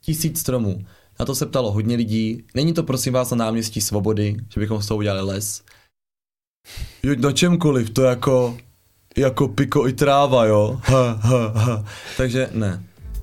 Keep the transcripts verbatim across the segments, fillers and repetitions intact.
Tisíc stromů. Na to se ptalo hodně lidí. Není to prosím vás na náměstí Svobody, že bychom z toho udělali les. Joď na čemkoliv, to jako, jako piko i tráva, jo. Ha, ha, ha. Takže ne.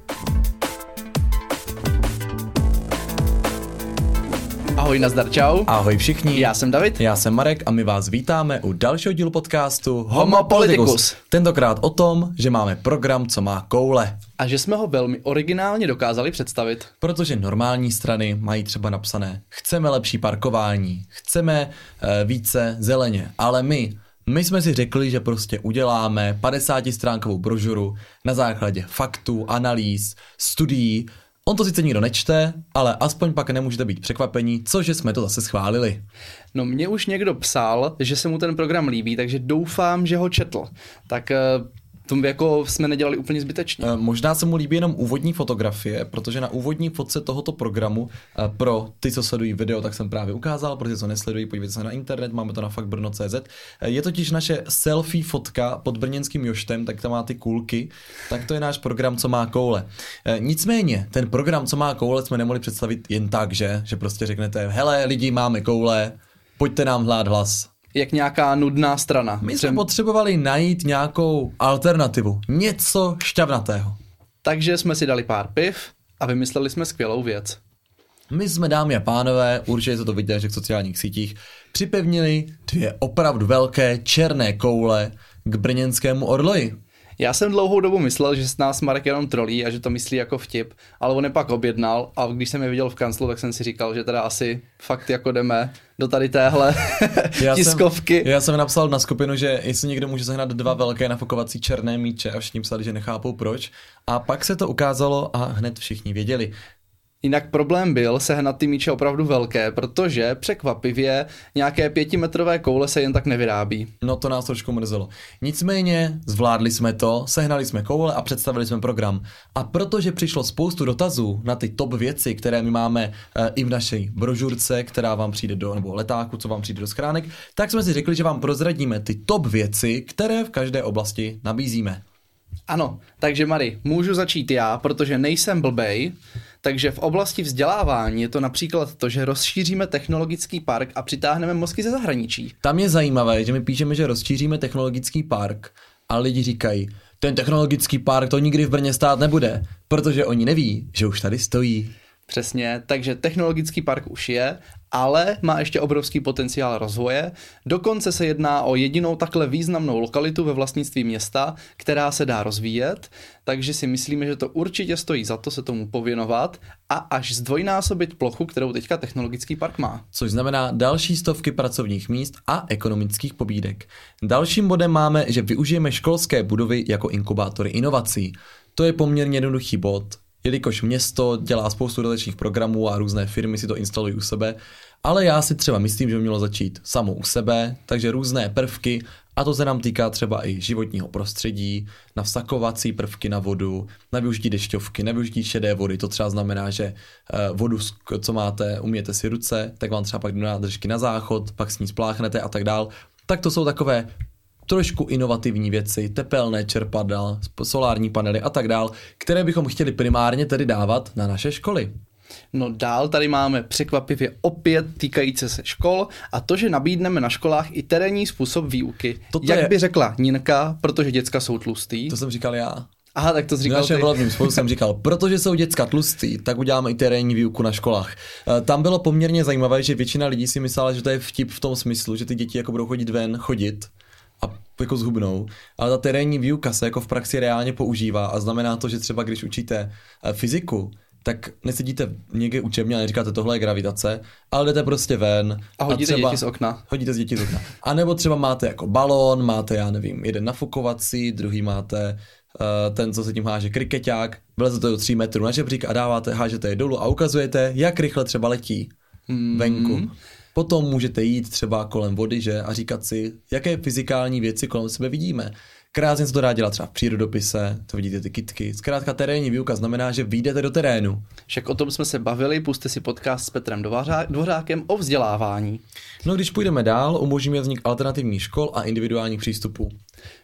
Ahoj, nazdar, čau. Ahoj všichni. Já jsem David. Já jsem Marek a my vás vítáme u dalšího dílu podcastu Homo Politicus. Tentokrát o tom, že máme program, co má koule. A že jsme ho velmi originálně dokázali představit. Protože normální strany mají třeba napsané chceme lepší parkování, chceme e, více zeleně, ale my, my jsme si řekli, že prostě uděláme padesátistránkovou brožuru na základě faktů, analýz, studií. On to sice nikdo nečte, ale aspoň pak nemůžete být překvapení, cože jsme to zase schválili. No mě už někdo psal, že se mu ten program líbí, takže doufám, že ho četl. Tak tomu jako jsme nedělali úplně zbytečně. Možná se mu líbí jenom úvodní fotografie, protože na úvodní fotce tohoto programu pro ty, co sledují video, tak jsem právě ukázal, protože co nesledují, podívejte se na internet, máme to na fakt brno tečka cé zet. Je totiž naše selfie fotka pod brněnským joštem, tak tam má ty kulky, tak to je náš program, co má koule. Nicméně, ten program, co má koule, jsme nemohli představit jen tak, že, že prostě řeknete, hele lidi, máme koule, pojďte nám hlát hlas. Jak nějaká nudná strana. My jsme potřebovali najít nějakou alternativu, něco šťavnatého. Takže jsme si dali pár piv a vymysleli jsme skvělou věc. My jsme, dámy a pánové, určitě se to viděli v sociálních sítích, připevnili dvě opravdu velké černé koule k brněnskému orloji. Já jsem dlouhou dobu myslel, že s nás Marek jenom trolí a že to myslí jako vtip, ale on je pak objednal a když jsem je viděl v kanclu, tak jsem si říkal, že teda asi fakt jako jdeme do tady téhle já tiskovky. Jsem, já jsem napsal na skupinu, že jestli někdo může sehnat dva velké nafukovací černé míče a všichni psali, že nechápou proč. A pak se to ukázalo a hned všichni věděli. Jinak problém byl sehnat ty míče opravdu velké, protože překvapivě nějaké pětimetrové koule se jen tak nevyrábí. No to nás trošku mrzelo. Nicméně zvládli jsme to, sehnali jsme koule a představili jsme program. A protože přišlo spoustu dotazů na ty top věci, které my máme e, i v naší brožurce, která vám přijde do, nebo letáku, co vám přijde do schránek, tak jsme si řekli, že vám prozradíme ty top věci, které v každé oblasti nabízíme. Ano, takže Mari, můžu začít já, protože nejsem blbej. Takže v oblasti vzdělávání je to například to, že rozšíříme technologický park a přitáhneme mozky ze zahraničí. Tam je zajímavé, že my píšeme, že rozšíříme technologický park a lidi říkají, ten technologický park to nikdy v Brně stát nebude, protože oni neví, že už tady stojí. Přesně, takže technologický park už je, ale má ještě obrovský potenciál rozvoje. Dokonce se jedná o jedinou takhle významnou lokalitu ve vlastnictví města, která se dá rozvíjet, takže si myslíme, že to určitě stojí za to se tomu pověnovat a až zdvojnásobit plochu, kterou teďka technologický park má. Což znamená další stovky pracovních míst a ekonomických pobídek. Dalším bodem máme, že využijeme školské budovy jako inkubátory inovací. To je poměrně jednoduchý bod, jelikož město dělá spoustu dodatečných programů a různé firmy si to instalují u sebe, ale já si třeba myslím, že by mělo začít samo u sebe, takže různé prvky, a to se nám týká třeba i životního prostředí, na vsakovací prvky na vodu, na využití dešťovky, na využití šedé vody, to třeba znamená, že vodu, co máte, umyjete si ruce, tak vám třeba pak do nádržky na záchod, pak s ní spláchnete a tak dál, tak to jsou takové trošku inovativní věci, tepelné čerpadla, solární panely a tak dál, které bychom chtěli primárně tedy dávat na naše školy. No dál tady máme překvapivě opět týkající se škol a to, že nabídneme na školách i terénní způsob výuky. Toto Jak je... by řekla Ninka, protože děcka jsou tlustý. To jsem říkal já. Aha, tak to jsi říkal ty. V našem volebním spolu jsem říkal, protože jsou děcka tlustý, tak uděláme i terénní výuku na školách. Tam bylo poměrně zajímavé, že většina lidí si myslela, že to je vtip v tom smyslu, že ty děti jako budou chodit ven, chodit a jako zhubnou, ale ta terénní výuka se jako v praxi reálně používá a znamená to, že třeba když učíte fyziku, tak nesedíte někde učebně a neříkáte tohle je gravitace, ale jdete prostě ven. A hodíte a třeba, děti z okna. Hodíte z děti z okna. A nebo třeba máte jako balón, máte, já nevím, jeden nafukovací, druhý máte uh, ten, co se tím háže krikeťák, vylezete do tří metrů na žebřík a dáváte, hážete je dolů a ukazujete, jak rychle třeba letí mm. venku. Potom můžete jít třeba kolem vody, že, a říkat si, jaké fyzikální věci kolem sebe vidíme. Krásně se to dá dělat třeba v přírodopise, to vidíte ty kytky. Zkrátka terénní výuka znamená, že vyjdete do terénu. Však o tom jsme se bavili, puste si podcast s Petrem Dvořákem o vzdělávání. No když půjdeme dál, umožníme vznik alternativních škol a individuálních přístupů.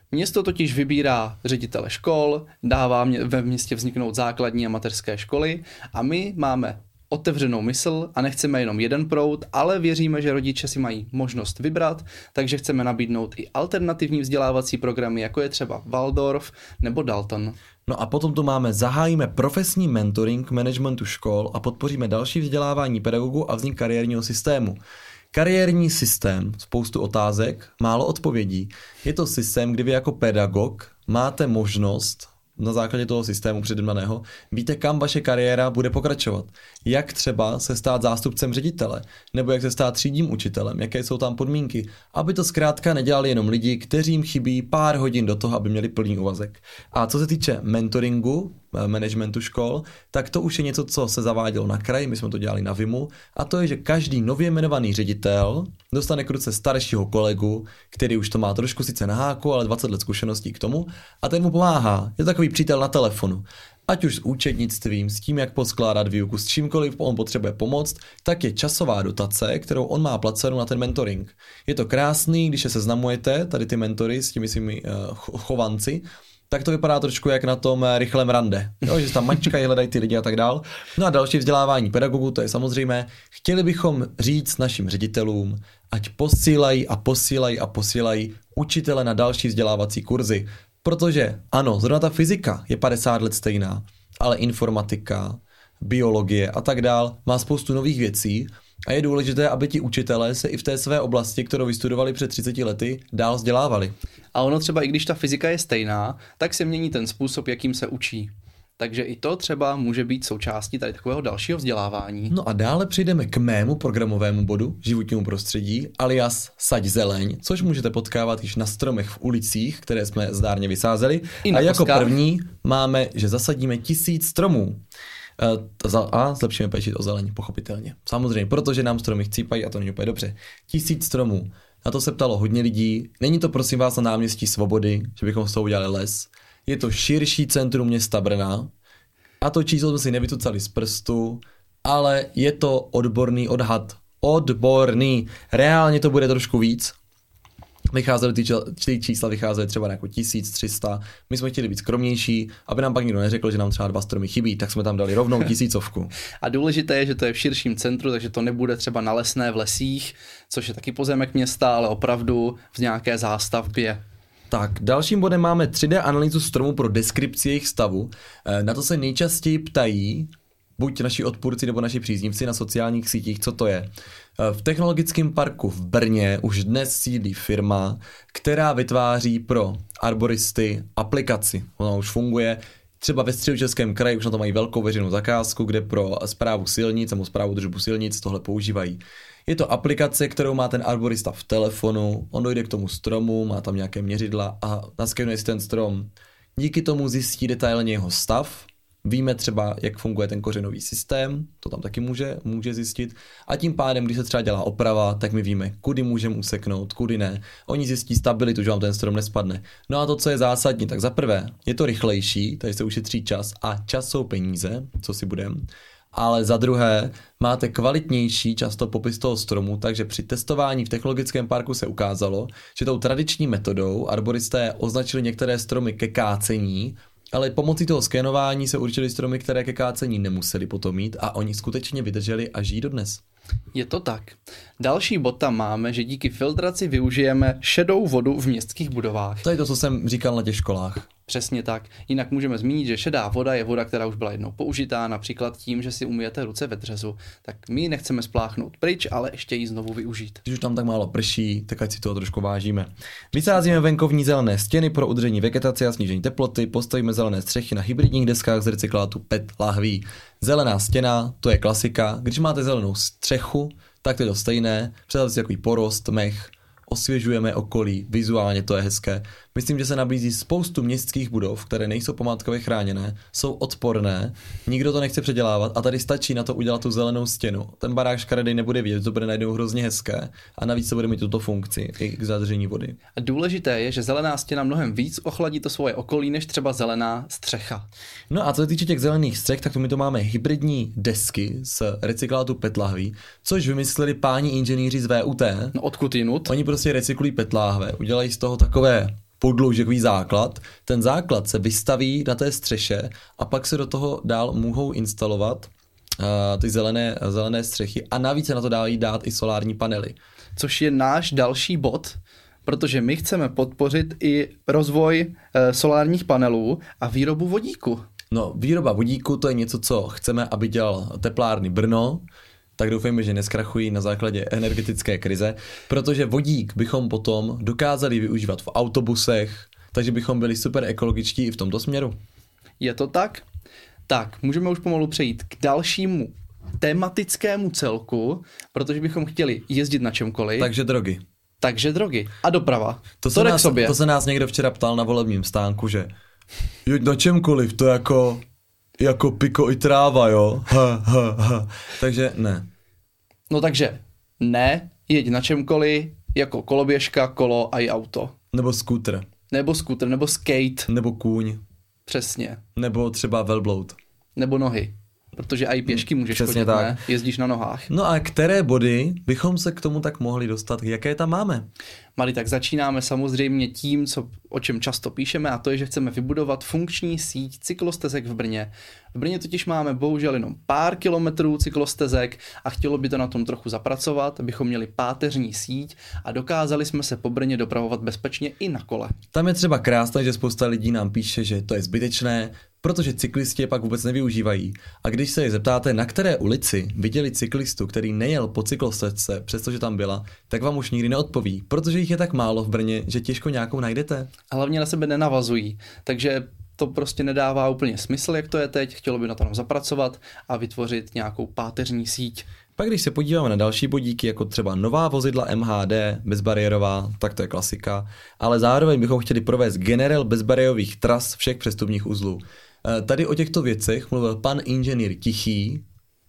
Město totiž vybírá ředitele škol, dává mě, ve městě vzniknout základní a mateřské školy a my máme otevřenou mysl a nechceme jenom jeden proud, ale věříme, že rodiče si mají možnost vybrat, takže chceme nabídnout i alternativní vzdělávací programy, jako je třeba Waldorf nebo Dalton. No a potom tu máme zahájíme profesní mentoring managementu škol a podpoříme další vzdělávání pedagogů a vznik kariérního systému. Kariérní systém, spoustu otázek, málo odpovědí. Je to systém, kdy vy jako pedagog máte možnost na základě toho systému předjednaného víte, kam vaše kariéra bude pokračovat. Jak třeba se stát zástupcem ředitele, nebo jak se stát třídním učitelem, jaké jsou tam podmínky, aby to zkrátka nedělali jenom lidi, kteřím chybí pár hodin do toho, aby měli plný úvazek. A co se týče mentoringu, managementu škol, tak to už je něco, co se zavádělo na kraji, my jsme to dělali na VIMu, a to je, že každý nově jmenovaný ředitel dostane k ruce staršího kolegu, který už to má trošku sice na háku, ale dvacet let zkušeností k tomu, a ten mu pomáhá. Je to takový přítel na telefonu. Ať už s účetnictvím, s tím, jak poskládat výuku, s čímkoliv on potřebuje pomoct, tak je časová dotace, kterou on má placenou na ten mentoring. Je to krásný, když se seznamujete, tady ty mentory s těmi svými uh, chovanci, tak to vypadá trošku jak na tom rychlém rande, jo, že se tam mačkají, hledají ty lidi a tak dál. No a další vzdělávání pedagogů, to je samozřejmé. Chtěli bychom říct našim ředitelům, ať posílají a posílají a posílají učitele na další vzdělávací kurzy. Protože ano, zrovna ta fyzika je padesát let stejná, ale informatika, biologie a tak dál má spoustu nových věcí a je důležité, aby ti učitelé se i v té své oblasti, kterou vystudovali před třiceti lety, dál vzdělávali. A ono třeba, i když ta fyzika je stejná, tak se mění ten způsob, jakým se učí. Takže i to třeba může být součástí tady takového dalšího vzdělávání. No a dále přijdeme k mému programovému bodu, životnímu prostředí, alias saď zeleň, což můžete potkávat již na stromech v ulicích, které jsme zdárně vysázeli. A jako koskách. První máme, že zasadíme tisíc stromů. A zlepšíme péči o zeleň, pochopitelně. Samozřejmě, protože nám stromy chcípají a to není úplně dobře. Tisíc stromů. Na to se ptalo hodně lidí. Není to prosím vás na náměstí Svobody, že bychom z toho udělali les. Je to širší centrum města Brna a to číslo jsme si nevytucali z prstu, ale je to odborný odhad. Odborný. Reálně to bude trošku víc. Vycházely ty, ty čísla vycházely třeba na jako tisíc tři sta. My jsme chtěli být skromnější, aby nám pak nikdo neřekl, že nám třeba dva stromy chybí, tak jsme tam dali rovnou tisícovku. A důležité je, že to je v širším centru, takže to nebude třeba na Lesné v lesích, což je taky pozemek města, ale opravdu v nějaké zástavbě. Tak, dalším bodem máme tři dé analýzu stromů pro deskripci jejich stavu. Na to se nejčastěji ptají buď naši odpůrci nebo naši příznivci na sociálních sítích, co to je. V technologickém parku v Brně už dnes sídlí firma, která vytváří pro arboristy aplikaci. Ona už funguje. Třeba ve Středočeském kraji už na to mají velkou veřejnou zakázku, kde pro správu silnic nebo správu držbu silnic tohle používají. Je to aplikace, kterou má ten arborista v telefonu, on dojde k tomu stromu, má tam nějaké měřidla a naskenuje si ten strom. Díky tomu zjistí detailně jeho stav. Víme třeba, jak funguje ten kořenový systém, to tam taky může, může zjistit. A tím pádem, když se třeba dělá oprava, tak my víme, kudy můžeme useknout, kudy ne. Oni zjistí stabilitu, že vám ten strom nespadne. No a to, co je zásadní, tak za prvé, je to rychlejší, tady se ušetří čas a čas jsou peníze, co si budem. Ale za druhé, máte kvalitnější často popis toho stromu, takže při testování v technologickém parku se ukázalo, že tou tradiční metodou arboristé označili některé stromy ke kácení, ale pomocí toho skénování se určily stromy, které ke kácení nemuseli potom mít a oni skutečně vydrželi a žijí dodnes. Je to tak. Další bod tam máme, že díky filtraci využijeme šedou vodu v městských budovách. To je to, co jsem říkal na těch školách. Přesně tak. Jinak můžeme zmínit, že šedá voda je voda, která už byla jednou použitá, například tím, že si umyjete ruce ve dřezu. Tak my nechceme spláchnout pryč, ale ještě ji znovu využít. Když už tam tak málo prší, tak ať si toho trošku vážíme. Vysázíme venkovní zelené stěny pro udržení vegetace a snížení teploty, postavíme zelené střechy na hybridních deskách z recyklátu P E T lahví. Zelená stěna, to je klasika. Když máte zelenou střechu, tak to je to stejné. Představte si takový porost, mech, osvěžujeme okolí, vizuálně to je hezké. Myslím, že se nabízí spoustu městských budov, které nejsou památkově chráněné, jsou odporné, nikdo to nechce předělávat a tady stačí na to udělat tu zelenou stěnu. Ten barák škaredej nebude vidět, to bude najednou hrozně hezké a navíc to bude mít tuto funkci i k zadržení vody. A důležité je, že zelená stěna mnohem víc ochladí to svoje okolí než třeba zelená střecha. No a co se týče těch zelených střech, tak to my to máme hybridní desky z recyklátu P E T lahví, což vymysleli páni inženýři z V U T. No odkud jinut? Oni prostě recyklují P E T láhve, udělají z toho takové podloužkový základ. Ten základ se vystaví na té střeše a pak se do toho dál mohou instalovat uh, ty zelené, zelené střechy a navíc se na to dá dát i solární panely. Což je náš další bod, protože my chceme podpořit i rozvoj e, solárních panelů a výrobu vodíku. No, výroba vodíku to je něco, co chceme, aby dělal teplárny Brno, tak doufejme, že neskrachují na základě energetické krize, protože vodík bychom potom dokázali využívat v autobusech, takže bychom byli super ekologičtí i v tomto směru. Je to tak? Tak, můžeme už pomalu přejít k dalšímu tematickému celku, protože bychom chtěli jezdit na čemkoliv. Takže drogy. Takže drogy. A doprava. To se, nás, to se nás někdo včera ptal na volebním stánku, že jeď na čemkoliv, to jako, jako piko i tráva, jo. Ha, ha, ha. Takže ne. No takže ne, jeď na čemkoliv, jako koloběžka, kolo a i auto. Nebo skútr. Nebo skútr, nebo skate. Nebo kůň. Přesně. Nebo třeba velbloud. Nebo nohy. Protože i pěšky můžeš Přesně chodit, tak. ne? Jezdíš na nohách. No a které body bychom se k tomu tak mohli dostat? Jaké tam máme? Mali, tak začínáme samozřejmě tím, co, o čem často píšeme, a to je, že chceme vybudovat funkční síť cyklostezek v Brně. V Brně totiž máme bohužel jenom pár kilometrů cyklostezek a chtělo by to na tom trochu zapracovat, abychom měli páteřní síť a dokázali jsme se po Brně dopravovat bezpečně i na kole. Tam je třeba krásné, že spousta lidí nám píše, že to je zbytečné, protože cyklisti je pak vůbec nevyužívají. A když se je zeptáte, na které ulici viděli cyklistu, který nejel po cyklostezce, přestože tam byla, tak vám už nikdy neodpoví, protože jich je tak málo v Brně, že těžko nějakou najdete. A hlavně na sebe nenavazují, takže to prostě nedává úplně smysl, jak to je teď, chtělo by na tom zapracovat a vytvořit nějakou páteřní síť. Pak když se podíváme na další bodíky, jako třeba nová vozidla M H D, bezbariérová, tak to je klasika, ale zároveň bychom chtěli provést generál bezbariérových tras všech přestupních uzlů. Tady o těchto věcech mluvil pan inženýr Tichý.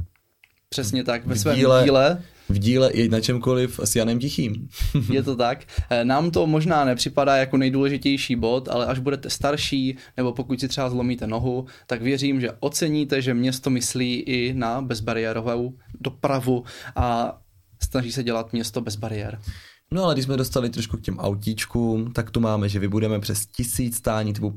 Přesně tak, ve v svém díle, díle. V díle i na čemkoliv s Janem Tichým. Je to tak. Nám to možná nepřipadá jako nejdůležitější bod, ale až budete starší, nebo pokud si třeba zlomíte nohu, tak věřím, že oceníte, že město myslí i na bezbariérovou dopravu a snaží se dělat město bez bariér. No ale když jsme dostali trošku k těm autíčkům, tak tu máme, že vybudeme přes tisíc stání typu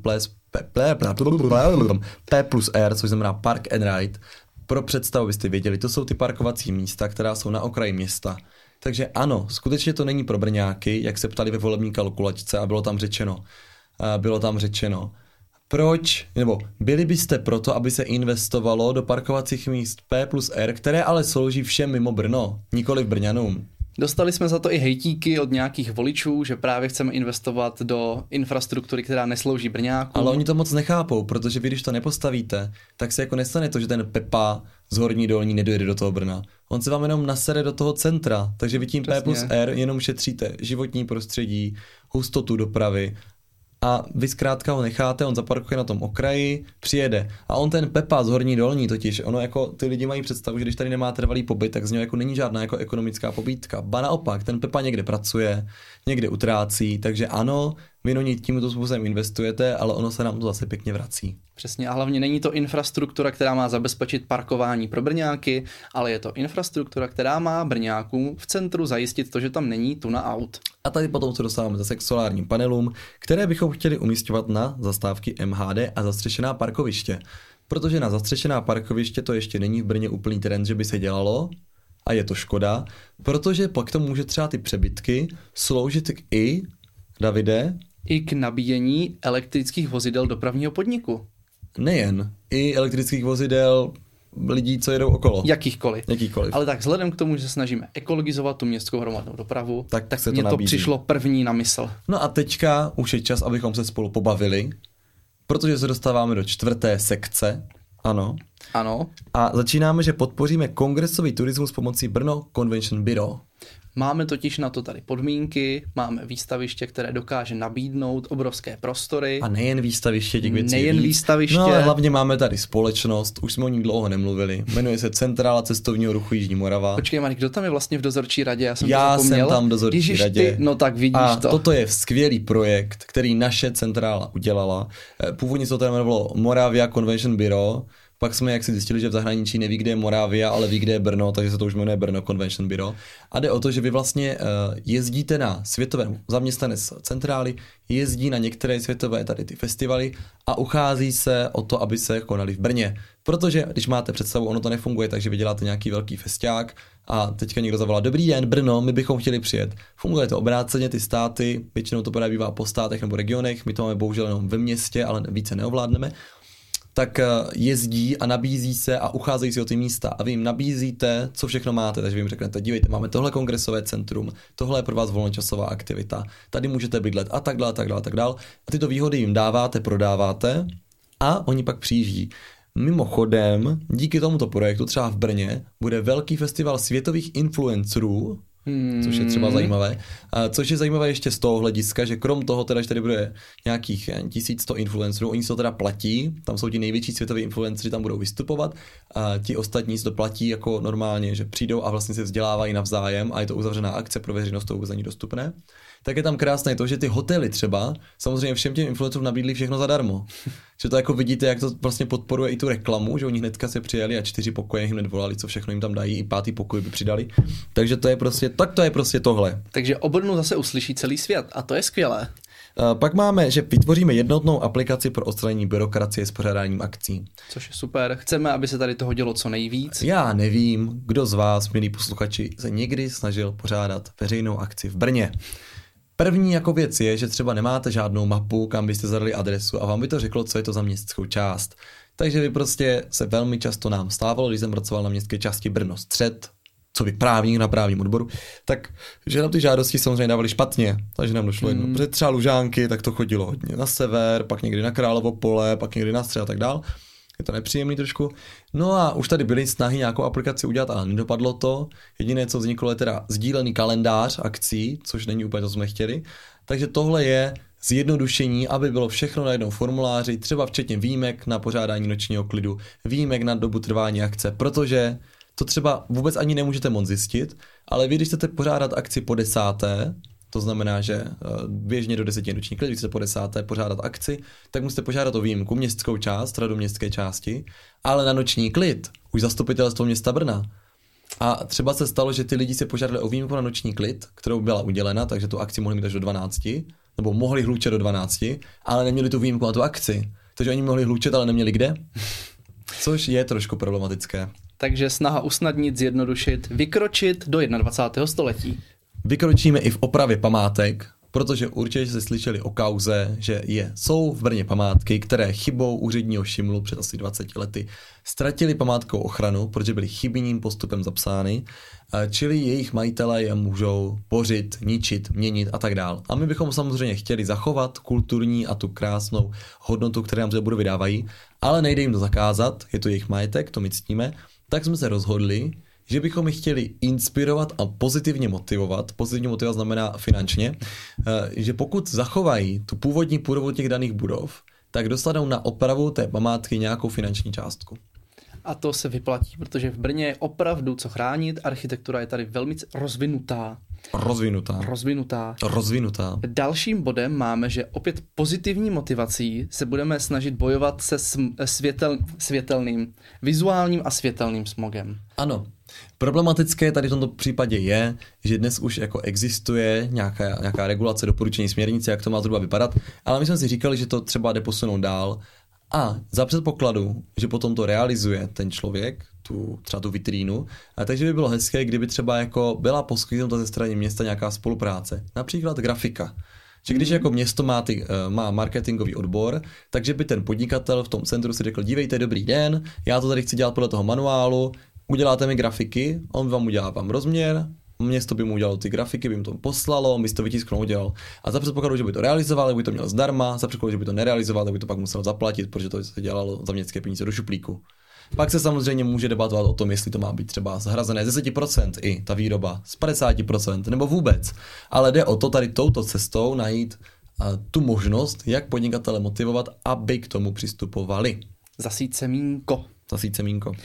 P plus R, což znamená Park and Ride. Pro představu byste věděli, to jsou ty parkovací místa, která jsou na okraji města. Takže ano, skutečně to není pro Brňáky, jak se ptali ve volební kalkulačce a bylo tam řečeno. Bylo tam řečeno, proč, nebo byli byste proto, aby se investovalo do parkovacích míst P plus R, které ale slouží všem mimo Brno, nikoli v Brňanům. Dostali jsme za to i hejtíky od nějakých voličů, že právě chceme investovat do infrastruktury, která neslouží Brňákům. Ale oni to moc nechápou, protože vy, když to nepostavíte, tak se jako nestane to, že ten Pepa z Horní Dolní nedojede do toho Brna. On se vám jenom nasere do toho centra, takže vy tím Přesně. P plus R jenom šetříte životní prostředí, hustotu dopravy a vy zkrátka ho necháte, on zaparkuje na tom okraji, přijede. A on ten Pepa z Horní Dolní totiž, ono jako ty lidi mají představu, že když tady nemá trvalý pobyt, tak z něho jako není žádná jako ekonomická pobídka. Ba naopak, ten Pepa někde pracuje, někde utrácí, takže ano, vy do něj tímto způsobem investujete, ale ono se nám to zase pěkně vrací. Přesně, a hlavně není to infrastruktura, která má zabezpečit parkování pro Brňáky, ale je to infrastruktura, která má Brňákům v centru zajistit to, že tam není tuna aut. A tady potom se dostáváme zase k solárním panelům, které bychom chtěli umísťovat na zastávky M H D a zastřešená parkoviště. Protože na zastřešená parkoviště to ještě není v Brně úplný trend, že by se dělalo, a je to škoda, protože pak to může třeba ty přebytky sloužit i, Davide, i k nabíjení elektrických vozidel dopravního podniku. Nejen, i elektrických vozidel lidí, co jedou okolo. Jakýchkoliv. Jakýchkoliv. Ale tak vzhledem k tomu, že se snažíme ekologizovat tu městskou hromadnou dopravu, tak, tak se mně to, to přišlo první na mysl. No a teďka už je čas, abychom se spolu pobavili, protože se dostáváme do čtvrté sekce. Ano. Ano. A začínáme, že podpoříme kongresový turismus pomocí Brno Convention Bureau. Máme totiž na to tady podmínky, máme výstaviště, které dokáže nabídnout obrovské prostory. A nejen výstaviště, těch věcí Nejen víc. výstaviště. No ale hlavně máme tady společnost, už jsme o ní dlouho nemluvili. Jmenuje se Centrála cestovního ruchu Jižní Morava. Počkej, Marek, kdo tam je vlastně v dozorčí radě? Já jsem Já to zapomněl. jsem tam v dozorčí Ježiš, radě. Ty, no tak vidíš a to. toto je skvělý projekt, který naše centrála udělala. Původně se to jmenovalo Moravia Convention Bureau. Pak jsme jak si zjistili, že v zahraničí neví, kde je Moravia, ale ví, kde je Brno, takže se to už jmenuje Brno Convention Bureau. A jde o to, že vy vlastně uh, jezdíte na světové, zaměstnanec centrály, jezdí na některé světové tady ty festivaly a uchází se o to, aby se konaly v Brně. Protože když máte představu, ono to nefunguje, takže vy děláte nějaký velký festiák a teďka někdo zavolá: dobrý den, Brno, my bychom chtěli přijet. Funguje to obráceně, ty státy, většinou to právě bývá po státech nebo regionech, my to máme bohužel jenom ve městě, ale více neovládneme. Tak jezdí a nabízí se a ucházejí si o ty místa a vy jim nabízíte, co všechno máte, takže vy jim řeknete: dívejte, máme tohle kongresové centrum, tohle je pro vás volnočasová aktivita, tady můžete bydlet a tak dále, a tak dále, a tak dále. A tyto výhody jim dáváte, prodáváte a oni pak přijíždí. Mimochodem, díky tomuto projektu třeba v Brně bude velký festival světových influencerů, Hmm. což je třeba zajímavé. A což je zajímavé ještě z toho hlediska, že krom toho teda, že tady bude nějakých tisíc sto influencerů, oni se to teda platí, tam jsou ti největší světoví influenceři, tam budou vystupovat, a ti ostatní si to platí jako normálně, že přijdou a vlastně se vzdělávají navzájem a je to uzavřená akce, pro veřejnost to vůbec není dostupné. Tak je tam krásné to, že ty hotely třeba samozřejmě všem těm influencerům nabídli všechno zadarmo. Že to jako vidíte, jak to vlastně podporuje i tu reklamu, že oni hnedka se přijeli a čtyři pokoje jim hned volali, co všechno jim tam dají, i pátý pokoj by přidali. Takže to je prostě, tak to je prostě tohle. Takže o Brnu zase uslyší celý svět a to je skvělé. Uh, pak máme, že vytvoříme jednotnou aplikaci pro odstranění byrokracie s pořádáním akcí. Což je super. Chceme, aby se tady toho dělo co nejvíc. Já nevím, kdo z vás, milí posluchači, se někdy snažil pořádat veřejnou akci v Brně. První jako věc je, že třeba nemáte žádnou mapu, kam byste zadali adresu a vám by to řeklo, co je to za městskou část. Takže vy prostě se velmi často nám stávalo, když jsem pracoval na městské části Brno střed, co by právník na právním odboru, tak že nám ty žádosti samozřejmě dávali špatně, takže nám došlo jedno. Hmm. Protože třeba Lužánky, tak to chodilo hodně na sever, pak někdy na Královo pole, pak někdy na střed a tak dál. Je to nepříjemný trošku. No a už tady byly snahy nějakou aplikaci udělat, ale nedopadlo to. Jediné, co vzniklo, je teda sdílený kalendář akcí, což není úplně to, co jsme chtěli. Takže tohle je zjednodušení, aby bylo všechno na jednom formuláři, třeba včetně výjimek na pořádání nočního klidu, výjimek na dobu trvání akce, protože to třeba vůbec ani nemůžete moc zjistit, ale vy, když chcete pořádat akci po desáté, to znamená, že běžně do deseti noční klid, když chcete po desáté pořádat akci, tak musíte požádat o výjimku městskou část, radu městské části, ale na noční klid už zastupitelstvo města Brna. A třeba se stalo, že ty lidi si požádali o výjimku na noční klid, kterou byla udělena, takže tu akci mohli mít až do dvanácti, nebo mohli hlučet do dvanácti, ale neměli tu výjimku na tu akci. Takže oni mohli hlučet, ale neměli kde. Což je trošku problematické. Takže snaha usnadnit, zjednodušit, vykročit do dvacátého prvního století. Vykročíme i v opravě památek, protože určitě jste slyšeli o kauze, že je, jsou v Brně památky, které chybou úředního šimlu před asi dvaceti lety ztratili památkovou ochranu, protože byly chybným postupem zapsány, čili jejich majitelé je můžou bořit, ničit, měnit a tak dál. A my bychom samozřejmě chtěli zachovat kulturní a tu krásnou hodnotu, které nám ty budovy vydávají, ale nejde jim to zakázat, je to jejich majetek, to my ctíme, tak jsme se rozhodli, že bychom je chtěli inspirovat a pozitivně motivovat. Pozitivně motivovat znamená finančně, že pokud zachovají tu původní půdobu těch daných budov, tak dostanou na opravu té památky nějakou finanční částku. A to se vyplatí, protože v Brně je opravdu co chránit, architektura je tady velmi rozvinutá. Rozvinutá. Rozvinutá. Rozvinutá. Dalším bodem máme, že opět pozitivní motivací se budeme snažit bojovat se světel, světelným, vizuálním a světelným smogem. Ano. Problematické tady v tomto případě je, že dnes už jako existuje nějaká, nějaká regulace, doporučení směrnice, jak to má zhruba vypadat, ale my jsme si říkali, že to třeba jde posunout dál a za předpokladu, že potom to realizuje ten člověk, tu, třeba tu vitrínu, a takže by bylo hezké, kdyby třeba jako byla poskytnuta ze strany města nějaká spolupráce, například grafika. Že když jako město má, ty, má marketingový odbor, takže by ten podnikatel v tom centru si řekl: dívejte, dobrý den, já to tady chci dělat podle toho manuálu, uděláte mi grafiky, on vám udělá vám rozměr, město by mu udělalo ty grafiky, by mu to poslalo, my to vytisknou udělal. A za předpokladu, že by to realizoval, tak by to měl zdarma, za předpokladu, že by to nerealizoval, tak by to pak musel zaplatit, protože to se dělalo za městské peníze do šuplíku. Pak se samozřejmě může debatovat o tom, jestli to má být třeba zhrazené z deset procent i ta výroba, z padesát procent nebo vůbec. Ale jde o to tady touto cestou najít tu možnost, jak podnikatele motivovat, aby k tomu přistupovali. Zasít semínko. Zasít semínko.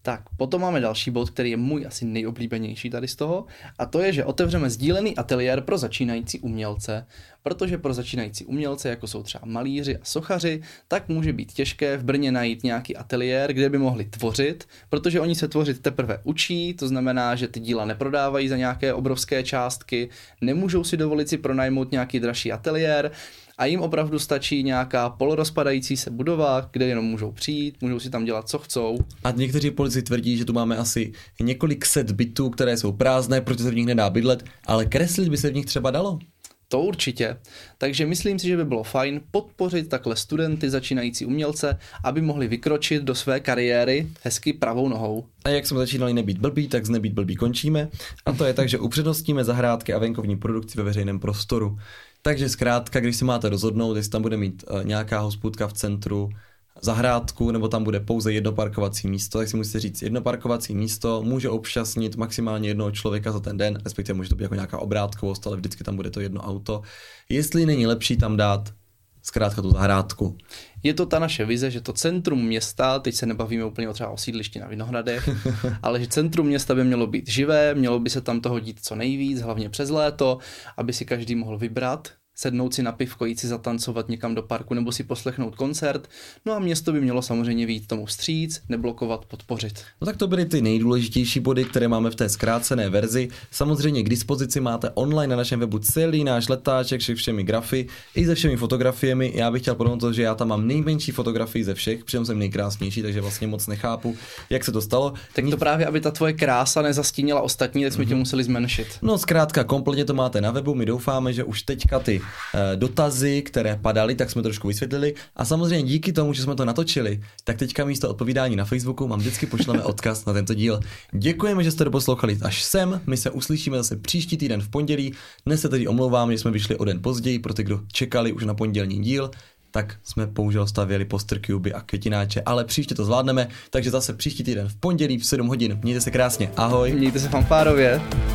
Tak, potom máme další bod, který je můj asi nejoblíbenější tady z toho, a to je, že otevřeme sdílený ateliér pro začínající umělce, protože pro začínající umělce, jako jsou třeba malíři a sochaři, tak může být těžké v Brně najít nějaký ateliér, kde by mohli tvořit, protože oni se tvořit teprve učí, to znamená, že ty díla neprodávají za nějaké obrovské částky, nemůžou si dovolit si pronajmout nějaký dražší ateliér, a jim opravdu stačí nějaká polorozpadající se budova, kde jenom můžou přijít, můžou si tam dělat, co chcou. A někteří politici tvrdí, že tu máme asi několik set bytů, které jsou prázdné, protože se v nich nedá bydlet, ale kreslit by se v nich třeba dalo. To určitě. Takže myslím si, že by bylo fajn podpořit takhle studenty, začínající umělce, aby mohli vykročit do své kariéry hezky pravou nohou. A jak jsme začínali nebýt blbý, tak z nebýt blbý končíme. A to je tak, že upřednostníme zahrádky a venkovní produkci ve veřejném prostoru. Takže zkrátka, když si máte rozhodnout, jestli tam bude mít uh, nějaká hospůdka v centru, zahrádku, nebo tam bude pouze jedno parkovací místo, tak si musíte říct, jedno parkovací místo může obšťastnit maximálně jednoho člověka za ten den, respektive může to být jako nějaká obrátkovost, ale vždycky tam bude to jedno auto. Jestli není lepší tam dát zkrátka tu zahrádku. Je to ta naše vize, že to centrum města, teď se nebavíme úplně o třeba o sídlišti na Vinohradech, ale že centrum města by mělo být živé, mělo by se tam toho dít co nejvíc, hlavně přes léto, aby si každý mohl vybrat, sednout si na pivko, jít si zatancovat někam do parku nebo si poslechnout koncert. No a město by mělo samozřejmě vyjít tomu vstříc, neblokovat, podpořit. No tak to byly ty nejdůležitější body, které máme v té zkrácené verzi. Samozřejmě k dispozici máte online na našem webu celý náš letáček se všemi grafy i se všemi fotografiemi. Já bych chtěl podotknout, že já tam mám nejmenší fotografii ze všech, přitom jsem nejkrásnější, takže vlastně moc nechápu, jak se to stalo. Tak to právě, aby ta tvoje krása nezastínila ostatní, tak jsme mm-hmm. tě museli zmenšit. No zkrátka kompletně to máte na webu, my doufáme, že už teďka ty dotazy, které padaly, tak jsme trošku vysvětlili a samozřejmě díky tomu, že jsme to natočili, tak teďka místo odpovídání na Facebooku vám vždycky pošleme odkaz na tento díl. Děkujeme, že jste doposlouchali až sem, my se uslyšíme zase příští týden v pondělí, dnes se tedy omlouvám, že jsme vyšli o den později, pro ty, kdo čekali už na pondělní díl, tak jsme bohužel stavěli postercuby a květináče, ale příště to zvládneme, takže zase příští týden v pondělí v sedm hodin, mějte se krásně, ahoj. Mějte se fanfárově.